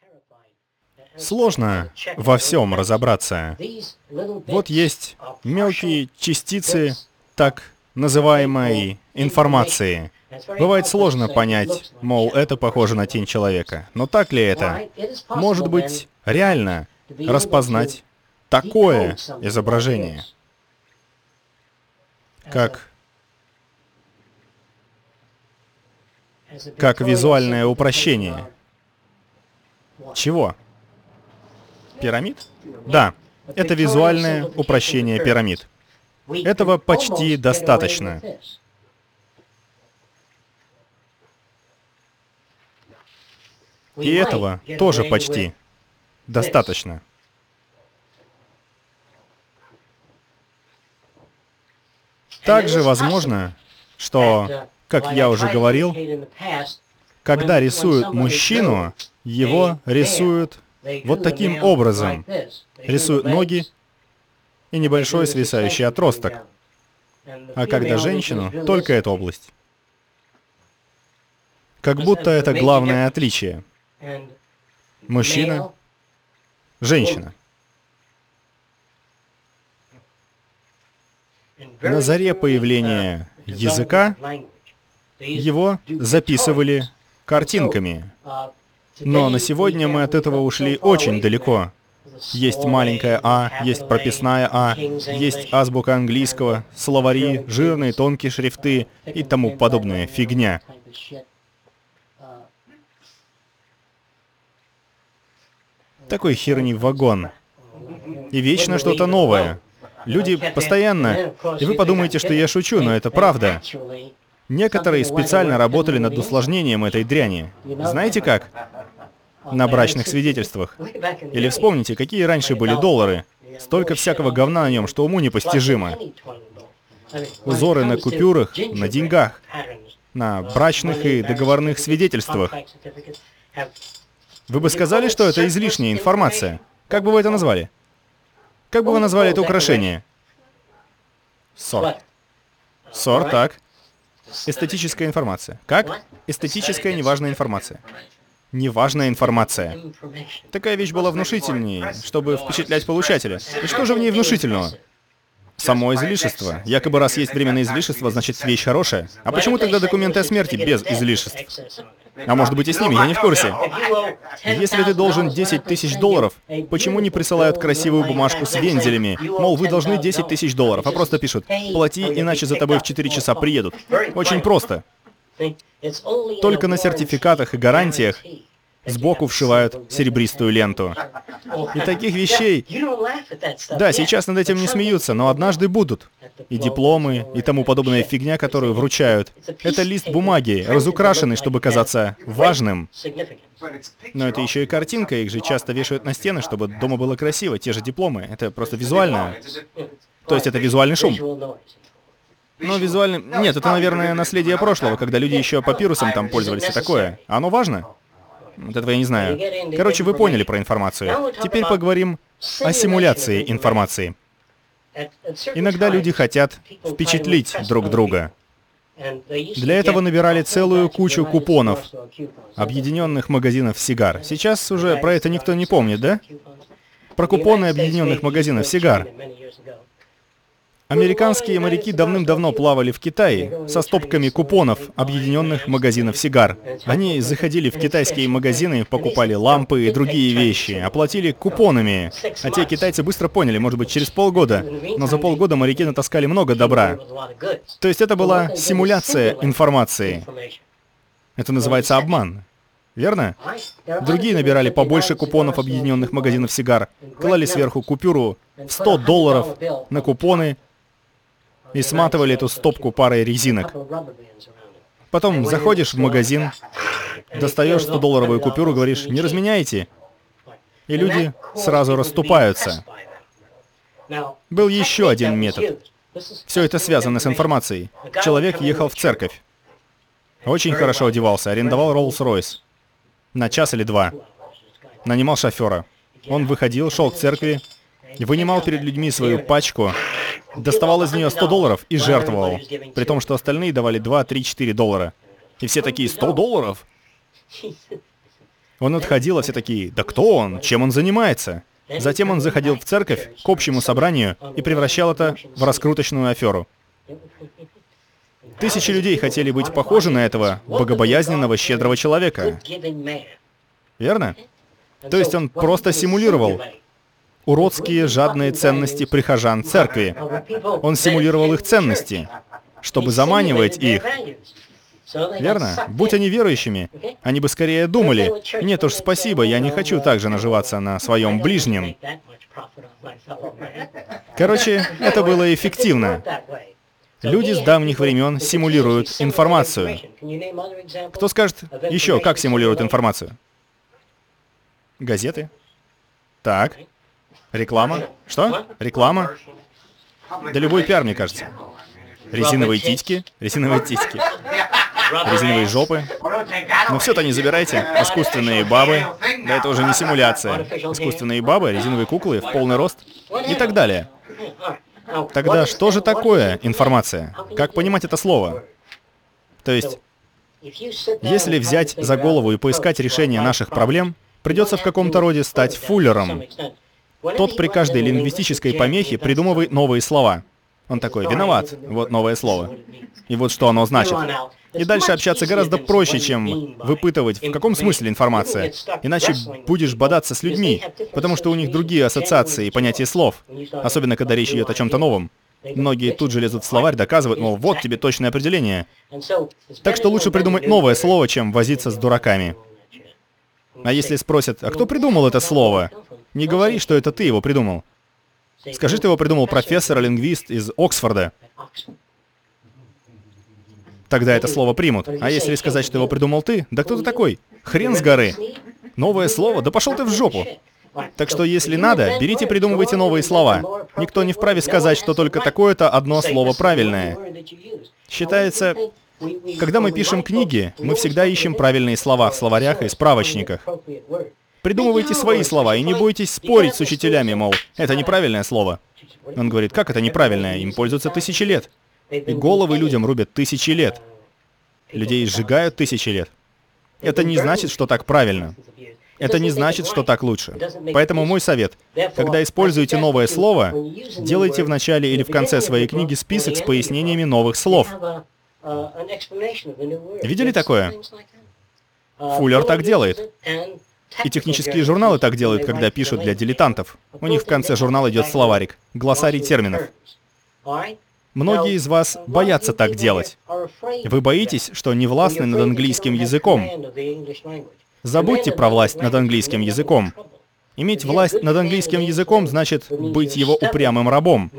Сложно во всем разобраться. Вот есть мелкие частицы так называемой информации. Бывает сложно понять, мол, это похоже на тень человека. Но так ли это? Может быть, реально распознать такое изображение, как визуальное упрощение. Чего? Пирамид? Да, это визуальное упрощение пирамид. Этого почти достаточно. И этого тоже почти достаточно. Также возможно, что, как я уже говорил, когда рисуют мужчину, его рисуют вот таким образом. Рисуют ноги и небольшой свисающий отросток. А когда женщину, только эта область. Как будто это главное отличие. Мужчина, женщина. На заре появления языка его записывали картинками. Но на сегодня мы от этого ушли очень далеко. Есть маленькая «а», есть прописная «а», есть азбука английского, словари, жирные тонкие шрифты и тому подобная фигня. Такой херни вагон. И вечно что-то новое. Люди постоянно... И вы подумаете, что я шучу, но это правда. Некоторые специально работали над усложнением этой дряни. Знаете как? На брачных свидетельствах. Или вспомните, какие раньше были доллары. Столько всякого говна на нем, что уму непостижимо. Узоры на купюрах, на деньгах, на брачных и договорных свидетельствах. Вы бы сказали, что это излишняя информация? Как бы вы это назвали? Как бы вы назвали это украшение? СОР. СОР, так. Эстетическая информация. Как? Эстетическая неважная информация. Неважная информация. Такая вещь была внушительнее, чтобы впечатлять получателя. И что же в ней внушительного? Само излишество. Якобы раз есть временное излишество, значит вещь хорошая. А почему тогда документы о смерти без излишеств? А может быть и с ними, я не в курсе. Если ты должен 10 тысяч долларов, почему не присылают красивую бумажку с вензелями? Мол, вы должны 10 тысяч долларов, а просто пишут: плати, иначе за тобой в 4 часа приедут. Очень просто. Только на сертификатах и гарантиях сбоку вшивают серебристую ленту. И таких вещей... Да, сейчас над этим не смеются, но однажды будут. И дипломы, и тому подобная фигня, которую вручают. Это лист бумаги, разукрашенный, чтобы казаться важным. Но это еще и картинка, их же часто вешают на стены, чтобы дома было красиво. Те же дипломы, это просто визуально. То есть это визуальный шум. Но визуально... Нет, это, наверное, наследие прошлого, когда люди еще папирусом там пользовались и такое. Оно важно? Вот этого я не знаю. Короче, вы поняли про информацию. Теперь поговорим о симуляции информации. Иногда люди хотят впечатлить друг друга. Для этого набирали целую кучу купонов объединенных магазинов сигар. Сейчас уже про это никто не помнит, да? Про купоны объединенных магазинов сигар. Американские моряки давным-давно плавали в Китае со стопками купонов объединенных магазинов сигар. Они заходили в китайские магазины, покупали лампы и другие вещи, оплатили купонами. А те китайцы быстро поняли, может быть, через полгода. Но за полгода моряки натаскали много добра. То есть это была симуляция информации. Это называется обман. Верно? Другие набирали побольше купонов объединенных магазинов сигар, клали сверху купюру в 100 долларов на купоны, и сматывали эту стопку парой резинок. Потом заходишь в магазин, достаешь 100-долларовую купюру, говоришь: не разменяйте. И люди сразу расступаются. Был еще один метод. Все это связано с информацией. Человек ехал в церковь. Очень хорошо одевался, арендовал Rolls-Royce. На час или два. Нанимал шофера. Он выходил, шел к церкви, вынимал перед людьми свою пачку, доставал из нее 100 долларов и жертвовал. При том, что остальные давали 2, 3, 4 доллара. И все такие: 100 долларов? Он отходил, а все такие: «Да кто он? Чем он занимается?» Затем он заходил в церковь к общему собранию и превращал это в раскруточную аферу. Тысячи людей хотели быть похожи на этого богобоязненного, щедрого человека. Верно? То есть он просто симулировал уродские, жадные ценности прихожан церкви. Он симулировал их ценности, чтобы заманивать их. Верно? Будь они верующими, они бы скорее думали: «Нет уж, спасибо, я не хочу так же наживаться на своем ближнем». Короче, это было эффективно. Люди с давних времен симулируют информацию. Кто скажет еще, как симулируют информацию? Газеты? Так. Реклама? Что? Реклама? Да любой пиар, мне кажется. Резиновые титьки? Резиновые титьки. Резиновые жопы. Но все-то не забирайте. Искусственные бабы. Да это уже не симуляция. Искусственные бабы, резиновые куклы в полный рост и так далее. Тогда что же такое информация? Как понимать это слово? То есть, если взять за голову и поискать решение наших проблем, придется в каком-то роде стать фуллером. Тот при каждой лингвистической помехе придумывает новые слова. Он такой: «Виноват, вот новое слово. И вот что оно значит». И дальше общаться гораздо проще, чем выпытывать, в каком смысле информация. Иначе будешь бодаться с людьми, потому что у них другие ассоциации и понятия слов. Особенно, когда речь идет о чем-то новом. Многие тут же лезут в словарь, доказывают, мол, вот тебе точное определение. Так что лучше придумать новое слово, чем возиться с дураками. А если спросят: «А кто придумал это слово?» Не говори, что это ты его придумал. Скажи, что его придумал профессор-лингвист из Оксфорда. Тогда это слово примут. А если сказать, что его придумал ты, да кто ты такой? Хрен с горы. Новое слово? Да пошел ты в жопу. Так что, если надо, берите, придумывайте новые слова. Никто не вправе сказать, что только такое-то одно слово правильное. Считается, когда мы пишем книги, мы всегда ищем правильные слова в словарях и справочниках. Придумывайте свои слова и не бойтесь спорить с учителями, мол, это неправильное слово. Он говорит: как это неправильное? Им пользуются тысячи лет. И головы людям рубят тысячи лет. Людей сжигают тысячи лет. Это не значит, что так правильно. Это не значит, что так лучше. Поэтому мой совет: когда используете новое слово, делайте в начале или в конце своей книги список с пояснениями новых слов. Видели такое? Фуллер так делает. И технические журналы так делают, когда пишут для дилетантов. У них в конце журнала идет словарик, глоссарий терминов. Многие из вас боятся так делать. Вы боитесь, что не властны над английским языком. Забудьте про власть над английским языком. Иметь власть над английским языком значит быть его упрямым рабом.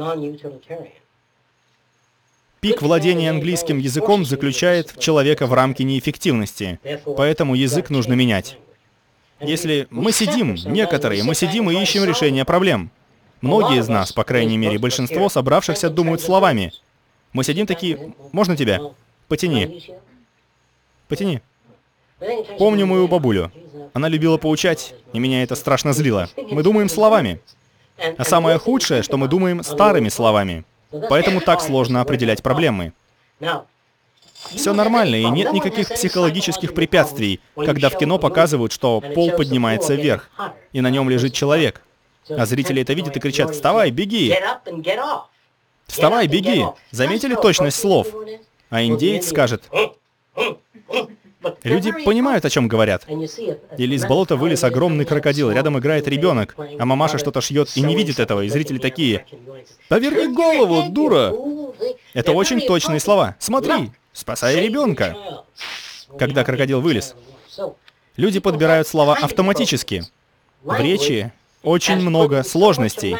Пик владения английским языком заключает человека в рамке неэффективности, поэтому язык нужно менять. Если мы сидим, некоторые, мы сидим и ищем решение проблем. Многие из нас, по крайней мере, большинство собравшихся думают словами. Мы сидим такие: «Можно тебя? Потяни. Потяни». Помню мою бабулю. Она любила поучать, и меня это страшно злило. Мы думаем словами. А самое худшее, что мы думаем старыми словами. Поэтому так сложно определять проблемы. Все нормально, и нет никаких психологических препятствий, когда в кино показывают, что пол поднимается вверх, и на нем лежит человек. А зрители это видят и кричат: «Вставай, беги! Вставай, беги!» Заметили точность слов? А индеец скажет: люди понимают, о чем говорят. Или из болота вылез огромный крокодил, рядом играет ребенок, а мамаша что-то шьет и не видит этого, и зрители такие: «Поверни голову, дура!» Это очень точные слова. «Смотри, спасай ребенка!» Когда крокодил вылез. Люди подбирают слова автоматически. В речи очень много сложностей.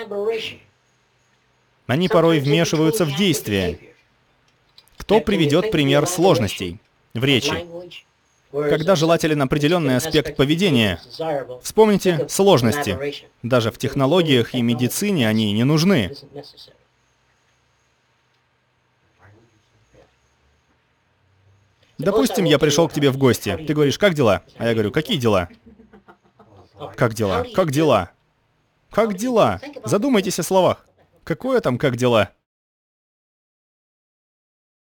Они порой вмешиваются в действия. Кто приведет пример сложностей в речи? Когда желателен определенный аспект поведения, вспомните сложности. Даже в технологиях и медицине они не нужны. Допустим, я пришел к тебе в гости. Ты говоришь: «Как дела?» А я говорю: «Какие дела?» «Как дела? Как дела?» Как дела? Задумайтесь о словах. Какое там «как дела»?